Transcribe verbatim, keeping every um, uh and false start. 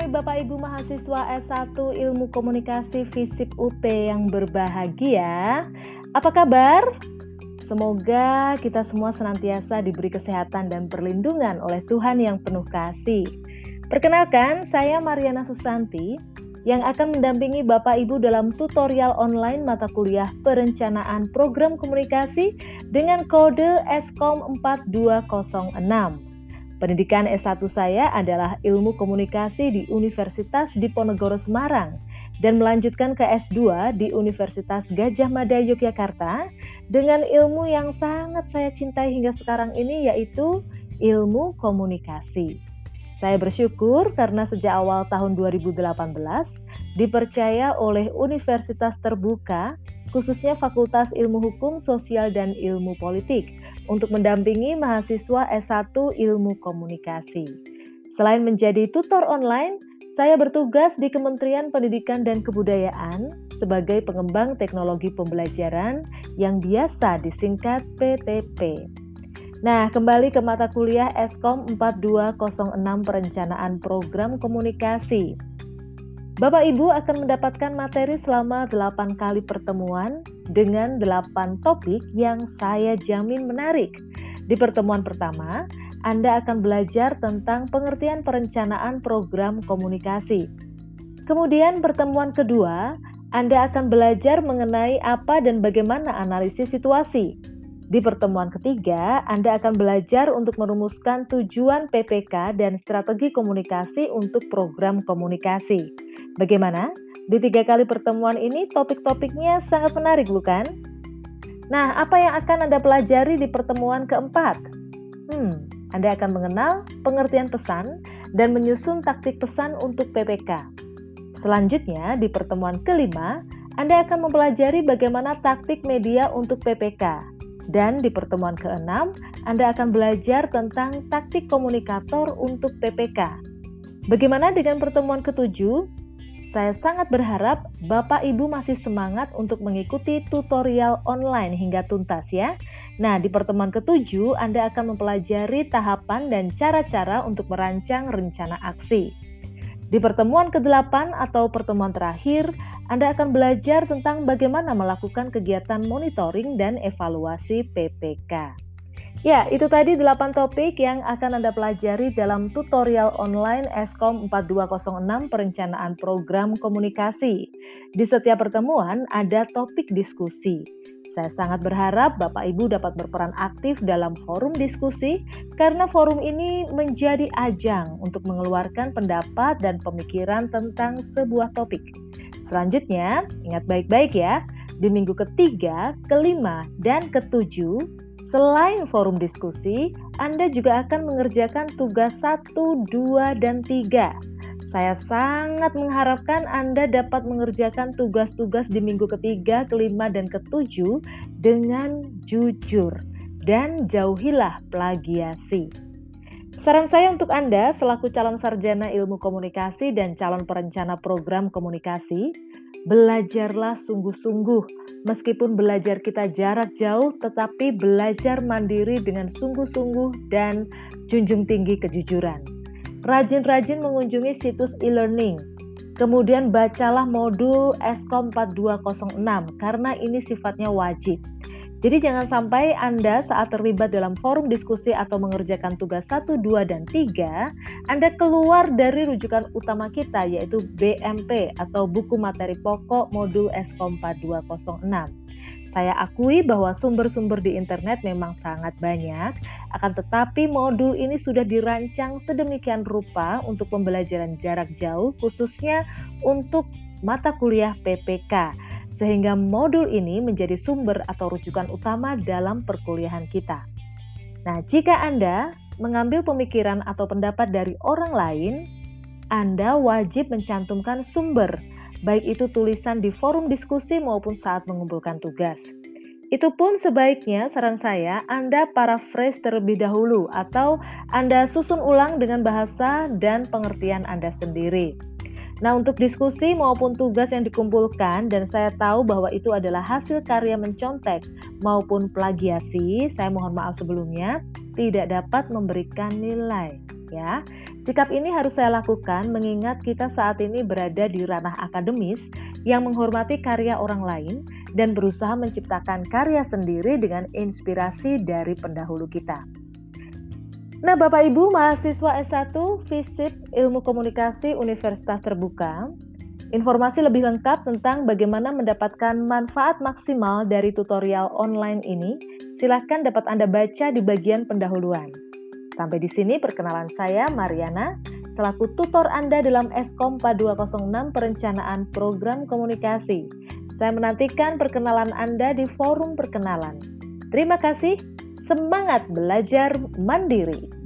Hai Bapak Ibu mahasiswa S satu Ilmu Komunikasi FISIP U T yang berbahagia. Apa kabar? Semoga kita semua senantiasa diberi kesehatan dan perlindungan oleh Tuhan yang penuh kasih. Perkenalkan, saya Mariana Susanti yang akan mendampingi Bapak Ibu dalam tutorial online mata kuliah Perencanaan Program Komunikasi dengan kode S K O M empat dua nol enam. Pendidikan S satu saya adalah Ilmu Komunikasi di Universitas Diponegoro Semarang dan melanjutkan ke S dua di Universitas Gadjah Mada Yogyakarta dengan ilmu yang sangat saya cintai hingga sekarang ini, yaitu ilmu komunikasi. Saya bersyukur karena sejak awal tahun dua ribu delapan belas dipercaya oleh Universitas Terbuka, khususnya Fakultas Ilmu Hukum, Sosial, dan Ilmu Politik, untuk mendampingi mahasiswa S satu Ilmu Komunikasi. Selain menjadi tutor online, saya bertugas di Kementerian Pendidikan dan Kebudayaan sebagai pengembang teknologi pembelajaran yang biasa disingkat P T P. Nah, kembali ke mata kuliah S K O M empat dua nol enam Perencanaan Program Komunikasi. Bapak Ibu akan mendapatkan materi selama delapan kali pertemuan dengan delapan topik yang saya jamin menarik. Di pertemuan pertama, Anda akan belajar tentang pengertian perencanaan program komunikasi. Kemudian pertemuan kedua, Anda akan belajar mengenai apa dan bagaimana analisis situasi. Di pertemuan ketiga, Anda akan belajar untuk merumuskan tujuan P P K dan strategi komunikasi untuk program komunikasi. Bagaimana? Di tiga kali pertemuan ini topik-topiknya sangat menarik, bukan? Nah, apa yang akan Anda pelajari di pertemuan keempat? Hmm, Anda akan mengenal pengertian pesan dan menyusun taktik pesan untuk P P K. Selanjutnya, di pertemuan kelima, Anda akan mempelajari bagaimana taktik media untuk P P K. Dan di pertemuan keenam, Anda akan belajar tentang taktik komunikator untuk P P K. Bagaimana dengan pertemuan ketujuh? Saya sangat berharap Bapak Ibu masih semangat untuk mengikuti tutorial online hingga tuntas ya. Nah, di pertemuan ketujuh Anda akan mempelajari tahapan dan cara-cara untuk merancang rencana aksi. Di pertemuan kedelapan atau pertemuan terakhir, Anda akan belajar tentang bagaimana melakukan kegiatan monitoring dan evaluasi P P K. Ya, itu tadi delapan topik yang akan Anda pelajari dalam tutorial online S K O M empat dua nol enam Perencanaan Program Komunikasi. Di setiap pertemuan ada topik diskusi. Saya sangat berharap Bapak Ibu dapat berperan aktif dalam forum diskusi karena forum ini menjadi ajang untuk mengeluarkan pendapat dan pemikiran tentang sebuah topik. Selanjutnya, ingat baik-baik ya, di minggu ketiga, kelima, dan ketujuh, selain forum diskusi, Anda juga akan mengerjakan tugas satu, dua, dan tiga. Saya sangat mengharapkan Anda dapat mengerjakan tugas-tugas di minggu ketiga, kelima, dan ketujuh dengan jujur dan jauhilah plagiasi. Saran saya untuk Anda selaku calon sarjana ilmu komunikasi dan calon perencana program komunikasi, belajarlah sungguh-sungguh. Meskipun belajar kita jarak jauh, tetapi belajar mandiri dengan sungguh-sungguh dan junjung tinggi kejujuran. Rajin-rajin mengunjungi situs e-learning. Kemudian bacalah modul S K O M empat dua nol enam karena ini sifatnya wajib. Jadi jangan sampai Anda saat terlibat dalam forum diskusi atau mengerjakan tugas satu, dua, dan tiga, Anda keluar dari rujukan utama kita yaitu B M P atau Buku Materi Pokok Modul S K O M empat dua nol enam. Saya akui bahwa sumber-sumber di internet memang sangat banyak, akan tetapi modul ini sudah dirancang sedemikian rupa untuk pembelajaran jarak jauh khususnya untuk mata kuliah P P K. Sehingga modul ini menjadi sumber atau rujukan utama dalam perkuliahan kita. Nah, jika Anda mengambil pemikiran atau pendapat dari orang lain, Anda wajib mencantumkan sumber, baik itu tulisan di forum diskusi maupun saat mengumpulkan tugas. Itu pun sebaiknya saran saya Anda paraphrase terlebih dahulu atau Anda susun ulang dengan bahasa dan pengertian Anda sendiri. Nah, untuk diskusi maupun tugas yang dikumpulkan dan saya tahu bahwa itu adalah hasil karya mencontek maupun plagiasi, saya mohon maaf sebelumnya tidak dapat memberikan nilai ya. Sikap ini harus saya lakukan mengingat kita saat ini berada di ranah akademis yang menghormati karya orang lain dan berusaha menciptakan karya sendiri dengan inspirasi dari pendahulu kita. Nah, Bapak Ibu mahasiswa S satu FISIP Ilmu Komunikasi Universitas Terbuka, informasi lebih lengkap tentang bagaimana mendapatkan manfaat maksimal dari tutorial online ini, silakan dapat Anda baca di bagian pendahuluan. Sampai di sini perkenalan saya, Mariana, selaku tutor Anda dalam Eskom empat dua nol enam Perencanaan Program Komunikasi. Saya menantikan perkenalan Anda di forum perkenalan. Terima kasih, semangat belajar mandiri.